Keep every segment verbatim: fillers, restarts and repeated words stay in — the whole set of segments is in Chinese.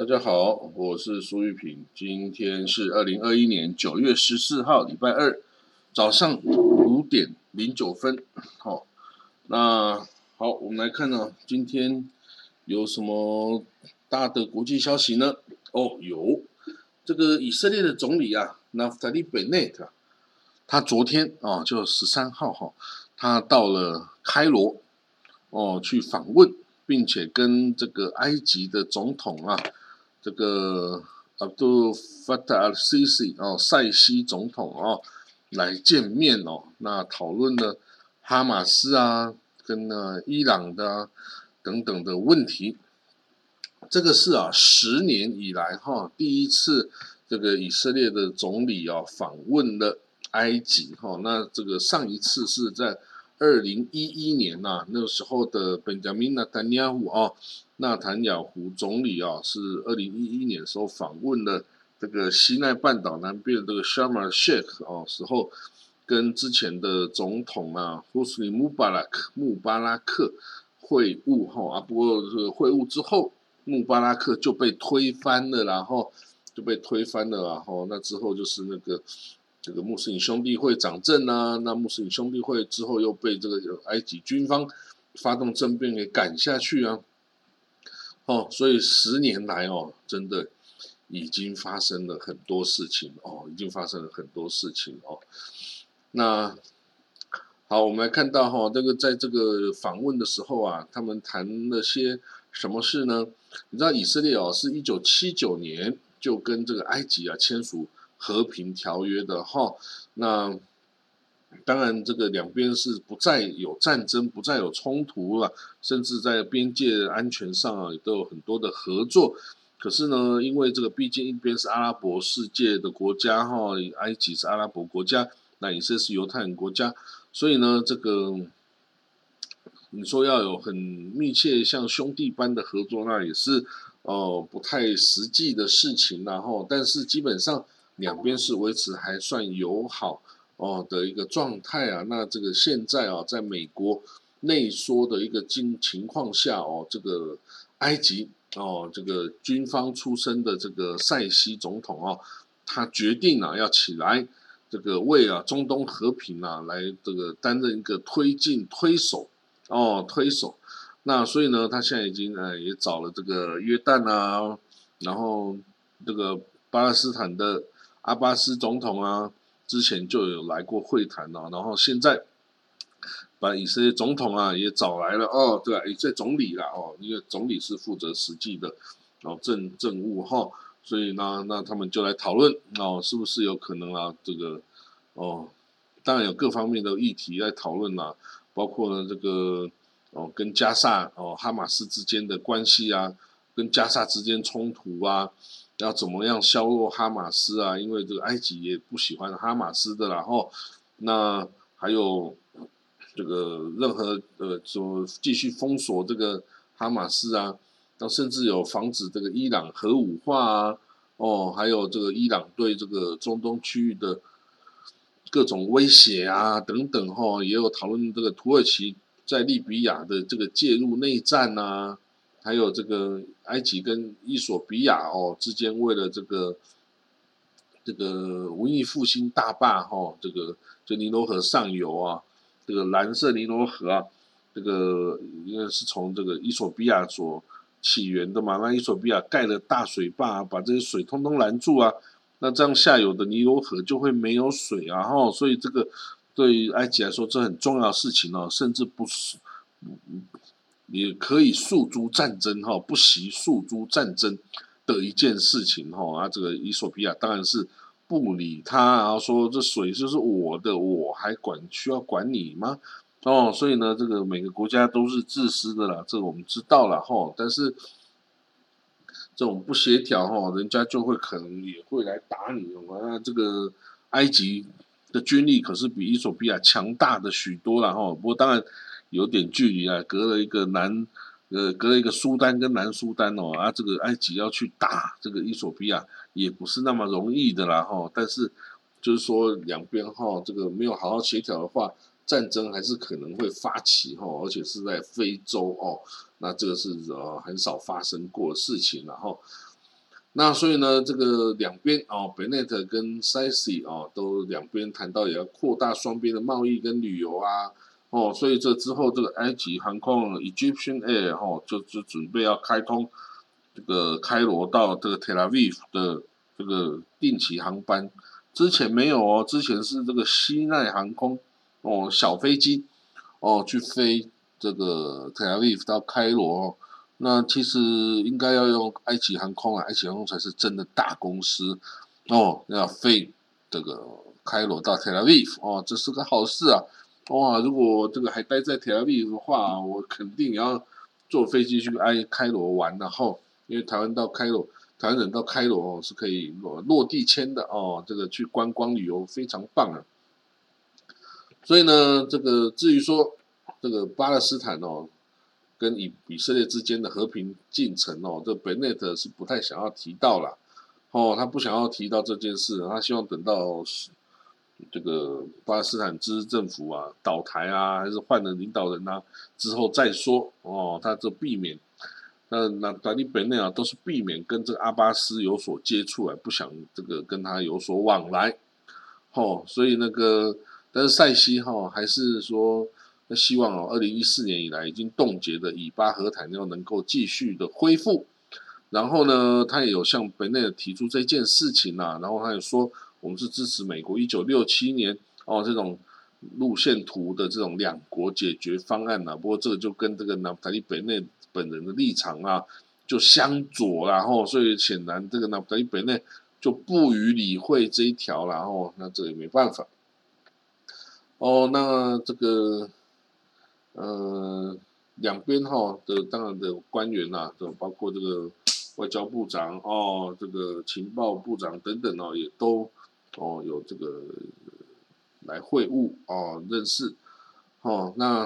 大家好，我是苏玉平，今天是二零二一年九月十四号，礼拜二早上五点零九分。好，那好，我们来看呢，今天有什么大的国际消息呢？哦，有这个以色列的总理啊，纳夫塔利·贝内特，他昨天啊，就十三号哈，他到了开罗哦去访问，并且跟这个埃及的总统啊。这个阿杜法塔尔西西哦，塞西总统哦来见面哦，那讨论了哈马斯啊，跟呢伊朗的、啊、等等的问题。这个是啊，十年以来哈、哦、第一次这个以色列的总理啊访问了埃及哈、哦，那这个上一次是在二零一一年呐、啊，那个时候的本贾明纳坦雅胡啊。纳坦雅胡总理啊，是二零一一年的时候访问了这个西奈半岛南边的这个 Sharm el-Sheikh 哦，时候跟之前的总统啊，胡斯尼穆巴拉克穆巴拉克会晤哈啊，不过这个会晤之后，穆巴拉克就被推翻了，然后就被推翻了，然后那之后就是那个这个穆斯林兄弟会掌政啊，那穆斯林兄弟会之后又被这个埃及军方发动政变给赶下去啊。哦，所以十年来哦，真的已经发生了很多事情哦，已经发生了很多事情哦。那好，我们来看到哈、哦，这个在这个访问的时候啊，他们谈了些什么事呢？你知道以色列哦，是一九七九年就跟这个埃及啊签署和平条约的哈、哦。那当然，这个两边是不再有战争，不再有冲突了，甚至在边界安全上啊，也都有很多的合作。可是呢，因为这个毕竟一边是阿拉伯世界的国家哈，埃及是阿拉伯国家，那以色列是犹太人国家，所以呢，这个你说要有很密切像兄弟般的合作，那也是哦、呃、不太实际的事情然后，但是基本上两边是维持还算友好。哦的一个状态啊，那这个现在啊，在美国内缩的一个情情况下哦，这个埃及哦，这个军方出身的这个塞西总统哦，他决定啊要起来，这个为啊中东和平啊来这个担任一个推进推手哦推手，那所以呢，他现在已经呃也找了这个约旦啊，然后这个巴勒斯坦的阿巴斯总统啊。之前就有来过会谈啊，然后现在把以色列总统啊也找来了哦，对啊，以色列总理啦哦，因为总理是负责实际的哦政政务哈、哦，所以呢，那他们就来讨论哦，是不是有可能啊这个哦，当然有各方面的议题在讨论啦，包括呢这个哦跟加萨哦哈马斯之间的关系啊，跟加萨之间冲突啊。要怎么样削弱哈马斯啊？因为这个埃及也不喜欢哈马斯的，然后那还有这个任何呃，说继续封锁这个哈马斯啊，那甚至有防止这个伊朗核武化啊，哦，还有这个伊朗对这个中东区域的各种威胁啊等等哈、哦，也有讨论这个土耳其在利比亚的这个介入内战啊。还有这个埃及跟伊索比亚哦之间，为了这个这个文艺复兴大坝哈、哦，这个就尼罗河上游啊，这个蓝色尼罗河啊，这个因为是从这个伊索比亚所起源的嘛，那伊索比亚盖了大水坝，把这些水通通拦住啊，那这样下游的尼罗河就会没有水啊，哈、哦，所以这个对于埃及来说这很重要的事情哦，甚至不是。也可以诉诸战争哈，不惜诉诸战争的一件事情哈。啊，这个伊索比亚当然是不理他，然后说这水就是我的，我还管需要管你吗？哦，所以呢，这个每个国家都是自私的啦，这个我们知道了哈。但是这种不协调哈，人家就会可能也会来打你。那这个埃及的军力可是比伊索比亚强大的许多了哈。不过当然。有点距离啊，隔了一个南，呃，隔了一个苏丹跟南苏丹哦，啊，这个埃及要去打这个伊索比亚也不是那么容易的啦哈。但是就是说两边哈，这个没有好好协调的话，战争还是可能会发起哈，而且是在非洲哦，那这个是呃很少发生过的事情然后。 那所以呢，这个两边哦，北内特跟 Sisi 哦，都两边谈到也要扩大双边的贸易跟旅游啊，哦，所以这之后这个埃及航空 Egyptian Air 哦，就就准备要开通这个开罗到这个 Tel Aviv 的这个定期航班，之前没有哦，之前是这个西奈航空哦小飞机哦去飞这个 Tel Aviv 到开罗哦。那其实应该要用埃及航空啊，埃及航空才是真的大公司哦，要飞这个开罗到 Tel Aviv 哦，这是个好事啊！哇，如果这个还待在 Tel Aviv 的话，我肯定也要坐飞机去埃开罗玩，然后因为台湾到开罗，台湾人到开罗哦是可以落落地签的哦，这个去观光旅游非常棒啊！所以呢，这个至于说这个巴勒斯坦哦。跟以以色列之间的和平进程哦，这 Bennett 是不太想要提到啦，哦，他不想要提到这件事，他希望等到这个巴勒斯坦自治政府啊倒台啊，还是换了领导人啊之后再说哦，他就避免，那那达利本内啊都是避免跟这个阿巴斯有所接触啊，不想这个跟他有所往来，哦，所以那个但是塞西哈、哦、还是说。那希望哦，二零一四年以来已经冻结的以巴和谈要能够继续的恢复。然后呢，他也有向本内提出这件事情啊，然后他也说，我们是支持美国一九六七年哦这种路线图的这种两国解决方案啊。不过这个就跟这个纳塔利本内本人的立场啊就相左啦，然后所以显然这个纳塔利本内就不予理会这一条啦，然后那这也没办法。哦，那这个。呃，两边哈的当然的官员呐、啊，包括这个外交部长哦，这个情报部长等等哦，也都哦有这个来会晤哦认识哦。那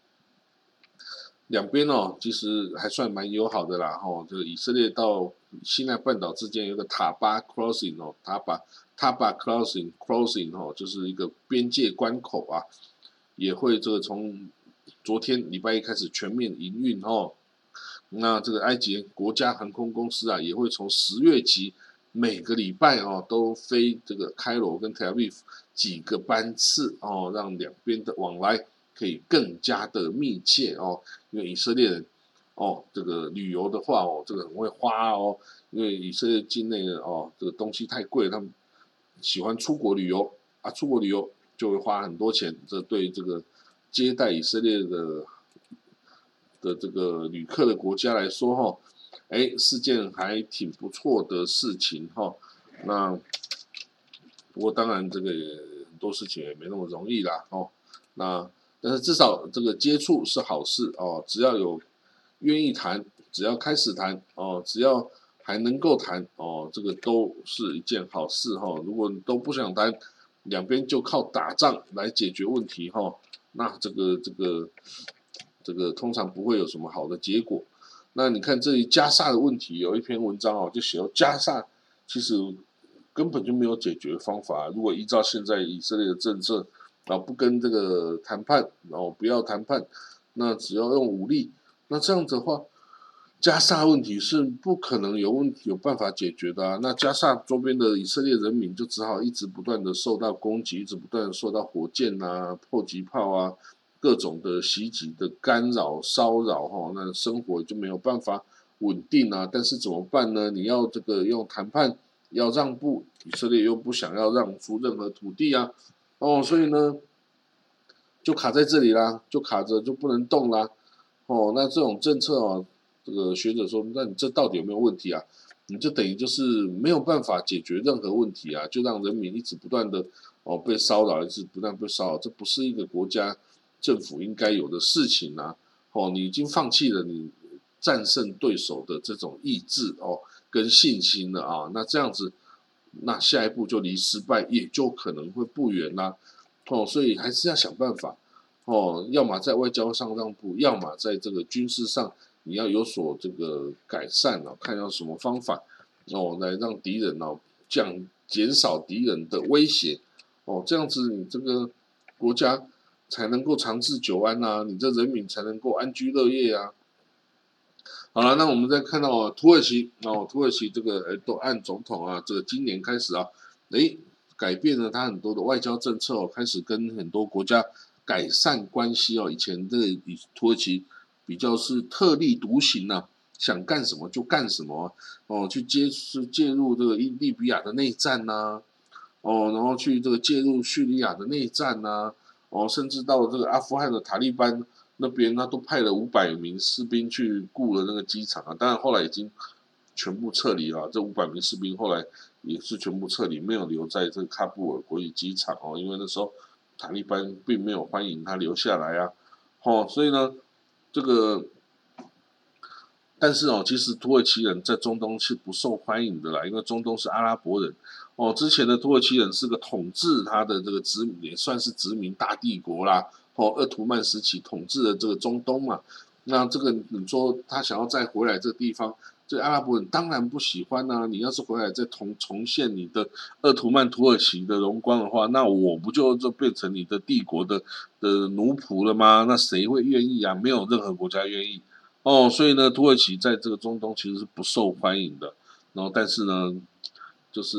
两边哦其实还算蛮友好的啦哦。这个以色列到西奈半岛之间有个塔巴 crossing 哦，塔巴塔巴 crossing crossing 哦，就是一个边界关口啊，也会这个从昨天礼拜一开始全面营运哦。那这个埃及国家航空公司啊，也会从十月起每个礼拜哦都飞这个开罗跟 Tel Aviv 几个班次哦，让两边的往来可以更加的密切哦。因为以色列人哦，这个旅游的话哦，这个很会花哦。因为以色列境内的哦，这个东西太贵，他们喜欢出国旅游啊，出国旅游就会花很多钱，这对这个接待以色列的的这个旅客的国家来说，哈，哎，是件还挺不错的事情，哈。那不过当然，这个很多事情也没那么容易啦，哦。那但是至少这个接触是好事哦，只要有愿意谈，只要开始谈哦，只要还能够谈哦，这个都是一件好事哈。如果都不想谈，两边就靠打仗来解决问题哈，那这个这个这个通常不会有什么好的结果。那你看这里加沙的问题，有一篇文章哦，就写到加沙其实根本就没有解决方法。如果依照现在以色列的政策啊，不跟这个谈判哦，不要谈判，那只要用武力，那这样子的话，加沙问题是不可能有问题有办法解决的啊。那加沙周边的以色列人民就只好一直不断的受到攻击，一直不断的受到火箭啊、迫击炮啊。各种的袭击的干扰骚扰哈，那生活就没有办法稳定啊。但是怎么办呢？你要这个用谈判要让步，以色列又不想要让出任何土地啊，哦，所以呢就卡在这里啦，就卡着就不能动啦，哦，那这种政策啊，这个学者说，那你这到底有没有问题啊？你就等于就是没有办法解决任何问题啊，就让人民一直不断的哦被骚扰，一直不断被骚扰，这不是一个国家政府应该有的事情啊！哦，你已经放弃了你战胜对手的这种意志哦，跟信心了啊！那这样子，那下一步就离失败也就可能会不远啦、啊。哦，所以还是要想办法哦，要么在外交上让步，要么在这个军事上你要有所这个改善哦，看要什么方法哦，来让敌人哦降减少敌人的威胁哦，这样子你这个国家才能够长治久安啊，你这人民才能够安居乐业啊。 好了，那我们再看到土耳其哦，土耳其这个呃，都按总统啊，这个今年开始啊，诶，改变了他很多的外交政策哦，开始跟很多国家改善关系哦。以前这个土耳其比较是特立独行呐、啊，想干什么就干什么哦，去接是介入这个利比亚的内战呐、啊，哦，然后去这个介入叙利亚的内战呐、啊，哦，甚至到这个阿富汗的塔利班。那边他都派了五百名士兵去顾了那个机场啊，当然后来已经全部撤离了。这五百名士兵后来也是全部撤离，没有留在这个喀布尔国际机场哦，因为那时候塔利班并没有欢迎他留下来啊。哦，所以呢，这个但是哦，其实土耳其人在中东是不受欢迎的啦，因为中东是阿拉伯人哦。之前的土耳其人是个统治他的这个殖民，也算是殖民大帝国啦。哦，鄂图曼时期统治的这个中东嘛，那这个你说他想要再回来这个地方，这阿拉伯人当然不喜欢啊。你要是回来再重重现你的鄂图曼土耳其的荣光的话，那我不就就变成你的帝国的的奴仆了吗？那谁会愿意啊？没有任何国家愿意。哦，所以呢，土耳其在这个中东其实是不受欢迎的。然后，但是呢，就是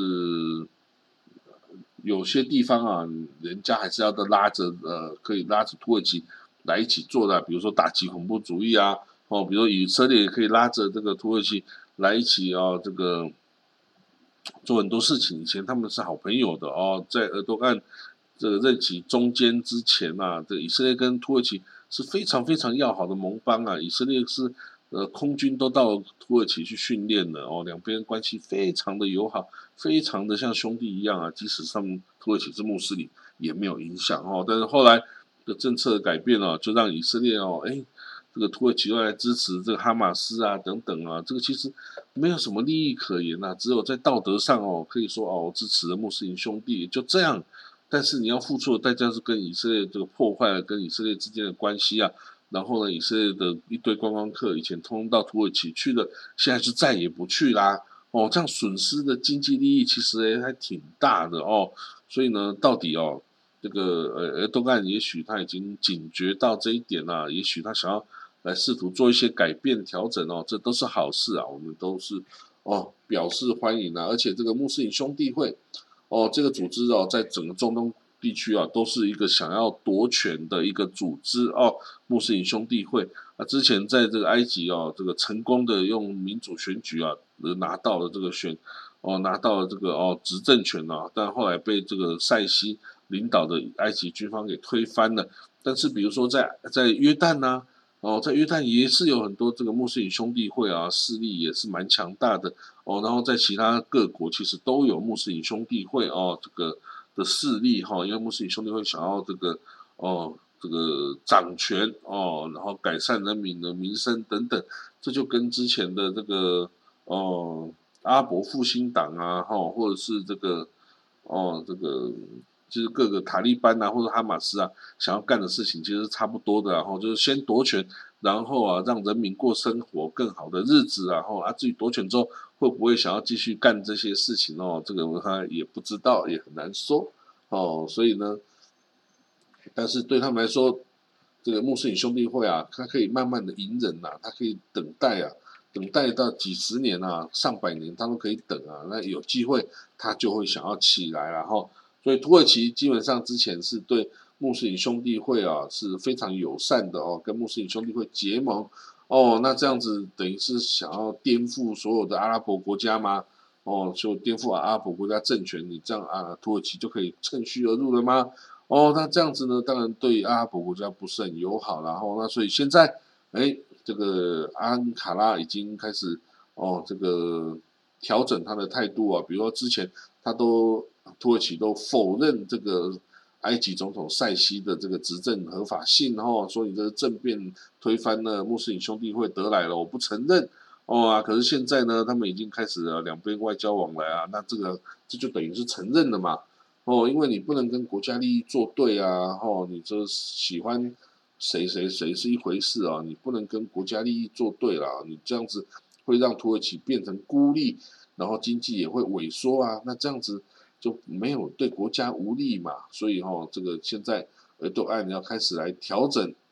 有些地方啊，人家还是要的拉着呃，可以拉着土耳其来一起做的，比如说打击恐怖主义啊，哦，比如说以色列也可以拉着这个土耳其来一起啊，这个做很多事情。以前他们是好朋友的哦，在埃多安这个任期中间之前啊，这以色列跟土耳其是非常非常要好的盟邦啊。以色列是呃空军都到土耳其去训练了哦，两边关系非常的友好，非常的像兄弟一样啊。即使他们土耳其是穆斯林，也没有影响哦。但是后来的政策改变了、哦，就让以色列哦，哎。这个土耳其又来支持这个哈马斯啊，等等啊，这个其实没有什么利益可言啊，只有在道德上哦，可以说哦，支持了穆斯林兄弟，就这样。但是你要付出的代价是跟以色列这个破坏了跟以色列之间的关系啊，然后呢，以色列的一堆观光客以前通通到土耳其去了，现在就再也不去啦。哦，这样损失的经济利益其实还挺大的哦。所以呢，到底哦，这个呃，埃多干也许他已经警觉到这一点啦、啊，也许他想要来试图做一些改变调整哦，这都是好事啊，我们都是哦表示欢迎啊。而且这个穆斯林兄弟会哦，这个组织哦，在整个中东地区啊，都是一个想要夺权的一个组织哦。穆斯林兄弟会啊，之前在这个埃及哦，这个成功的用民主选举啊，拿到了这个选哦，拿到了这个哦执政权啊，但后来被这个塞西领导的埃及军方给推翻了。但是比如说在在约旦呢、啊。哦，在约旦也是有很多这个穆斯林兄弟会啊，势力也是蛮强大的哦。然后在其他各国其实都有穆斯林兄弟会哦，这个的势力哈、哦，因为穆斯林兄弟会想要这个哦，这个掌权哦，然后改善人民的民生等等，这就跟之前的这个哦阿拉伯复兴党啊，哈、哦，或者是这个哦这个。就是各个塔利班啊，或者哈马斯啊，想要干的事情其实是差不多的，然后就是先夺权，然后啊让人民过生活更好的日子，然后啊至于夺权之后会不会想要继续干这些事情哦，这个他也不知道，也很难说哦。所以呢，但是对他们来说，这个穆斯林兄弟会啊，他可以慢慢的隐忍呐、啊，他可以等待啊，等待到几十年啊，上百年他都可以等啊，那有机会他就会想要起来然后。所以土耳其基本上之前是对穆斯林兄弟会啊是非常友善的哦，跟穆斯林兄弟会结盟哦，那这样子等于是想要颠覆所有的阿拉伯国家吗？哦，就颠覆阿拉伯国家政权，你这样啊，土耳其就可以趁虚而入了吗？哦，那这样子呢，当然对阿拉伯国家不是很友好，然后那所以现在，哎，这个安卡拉已经开始哦，这个调整他的态度啊，比如说之前他都土耳其都否认这个埃及总统塞西的这个执政合法性，然后说你这个政变推翻了穆斯林兄弟会得来了，我不承认。哦啊，可是现在呢，他们已经开始了两边外交往来啊，那这个这就等于是承认了嘛。哦，因为你不能跟国家利益作对啊，哦，你这喜欢谁谁谁是一回事啊，你不能跟国家利益作对啦，你这样子会让土耳其变成孤立，然后经济也会萎缩啊，那这样子就没有对国家无利嘛，所以哈、哦，这个现在呃都按要开始来调整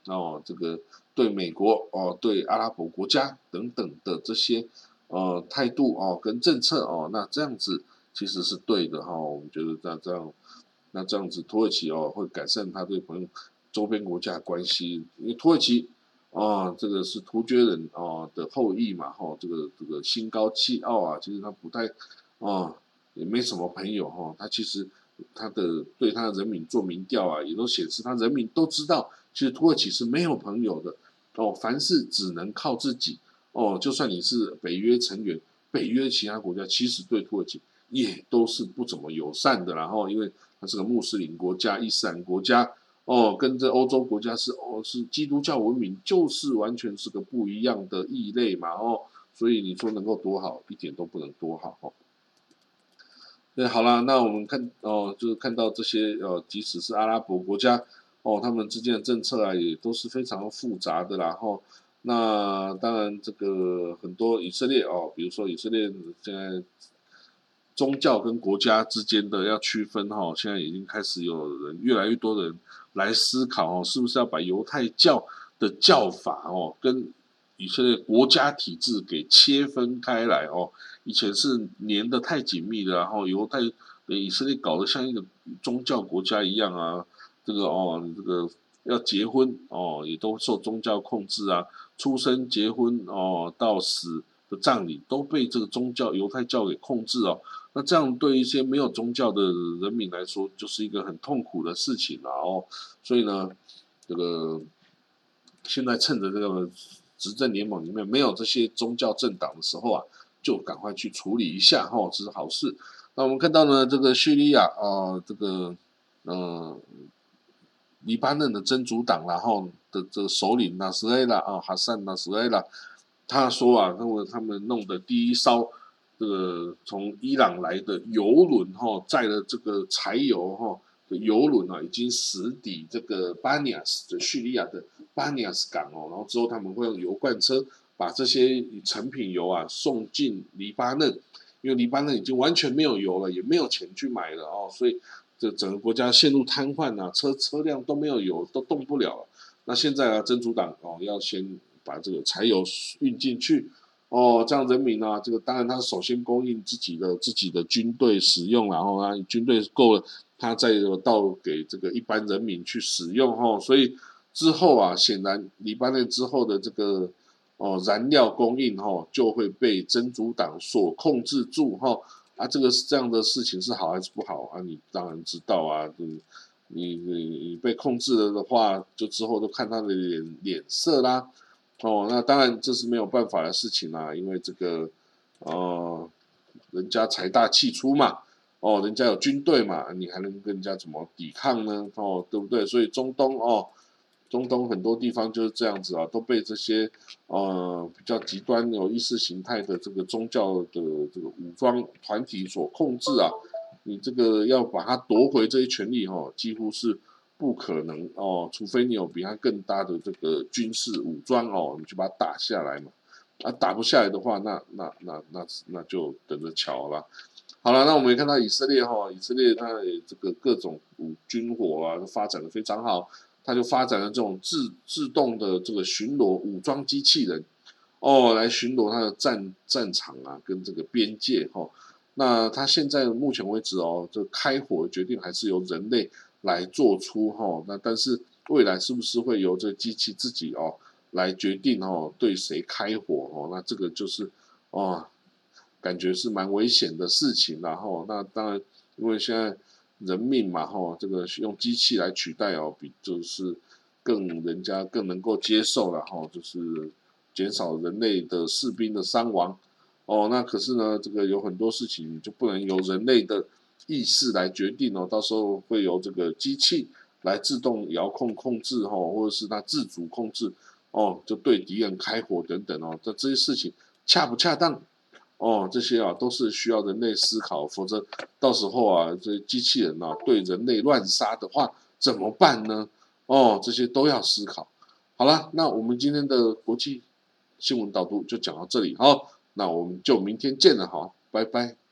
哦，这个对美国哦，对阿拉伯国家等等的这些呃态度哦跟政策哦，那这样子其实是对的哈、哦。我们觉得那这样那这样子土耳其哦会改善他对朋友周边国家的关系，因为土耳其哦这个是突厥人哦的后裔嘛哈、哦，这个这个心高气傲啊，其实他不太哦也没什么朋友哈、哦，他其实他的对他的人民做民调啊，也都显示他人民都知道。其实土耳其是没有朋友的哦，凡事只能靠自己哦。就算你是北约成员，北约其他国家其实对土耳其也都是不怎么友善的。然后，因为它是个穆斯林国家、伊斯兰国家哦，跟这欧洲国家是哦是基督教文明，就是完全是个不一样的异类嘛哦。所以你说能够多好，一点都不能多好哦。对，好啦，那我们看哦，就是看到这些呃，即使是阿拉伯国家哦，他们之间的政策啊，也都是非常复杂的啦。吼，那当然，这个很多以色列哦，比如说以色列现在宗教跟国家之间的要区分哈、哦，现在已经开始有人越来越多的人来思考哦，是不是要把犹太教的教法哦跟以色列国家体制给切分开来哦。以前是粘得太紧密的，然后犹太以色列搞得像一个宗教国家一样啊，这个哦，这个要结婚哦，也都受宗教控制啊，出生、结婚哦，到死的葬礼都被这个宗教犹太教给控制哦。那这样对一些没有宗教的人民来说，就是一个很痛苦的事情了哦。所以呢，这个现在趁着这个执政联盟里面没有这些宗教政党的时候啊，就赶快去处理一下哈、哦，这是好事。那我们看到呢，这个叙利亚啊、呃，这个嗯、呃，黎巴嫩的真主党然后的这个首领纳什雷拉啊，哈善纳什雷拉，他说啊，那么他们弄的第一艘这个从伊朗来的油轮哈、哦，载了这个柴油哈、哦、的油轮啊，已经驶抵这个巴尼亚斯的叙利亚的巴尼亚斯港哦，然后之后他们会用油罐车把这些成品油啊送进黎巴嫩，因为黎巴嫩已经完全没有油了，也没有钱去买了哦，所以这整个国家陷入瘫痪啊，车车辆都没有油，都动不了了。那现在啊，真主党哦要先把这个柴油运进去哦，这样人民啊，这个当然他首先供应自己的自己的军队使用，然后啊军队够了，他再到给这个一般人民去使用哦，所以之后啊，显然黎巴嫩之后的这个哦燃料供应哦就会被真主党所控制住哈、哦、啊，这个是这样的事情是好还是不好啊？你当然知道啊，你你你被控制了的话，就之后都看他的脸脸色啦。哦，那当然这是没有办法的事情啦，因为这个呃人家财大气粗嘛。哦，人家有军队嘛，你还能跟人家怎么抵抗呢？哦，对不对？所以中东哦，中东很多地方就是这样子啊，都被这些呃比较极端有意识形态的这个宗教的这个武装团体所控制啊。你这个要把它夺回这些权利哈、哦，几乎是不可能哦，除非你有比它更大的这个军事武装哦，你去把它打下来嘛。啊，打不下来的话，那那那那那就等着瞧了。好了，那我们也看到以色列哈，以色列它也这个各种武军火啊，发展的非常好，它就发展了这种自自动的这个巡逻武装机器人哦，来巡逻它的战战场啊，跟这个边界哈。那它现在目前为止哦，这开火的决定还是由人类来做出哈。那但是未来是不是会由这机器自己哦来决定哦对谁开火哦？那这个就是哦。感觉是蛮危险的事情啦吼。那当然，因为现在人命嘛吼，这个用机器来取代哦，比就是更人家更能够接受了吼，就是减少人类的士兵的伤亡哦。那可是呢，这个有很多事情就不能由人类的意识来决定哦，到时候会由这个机器来自动遥控控制哦，或者是它自主控制哦，就对敌人开火等等哦，这这些事情恰不恰当？哦，这些啊都是需要人类思考，否则到时候啊，这机器人啊对人类乱杀的话怎么办呢？哦，这些都要思考。好了，那我们今天的国际新闻导读就讲到这里，好，那我们就明天见了，好，拜拜。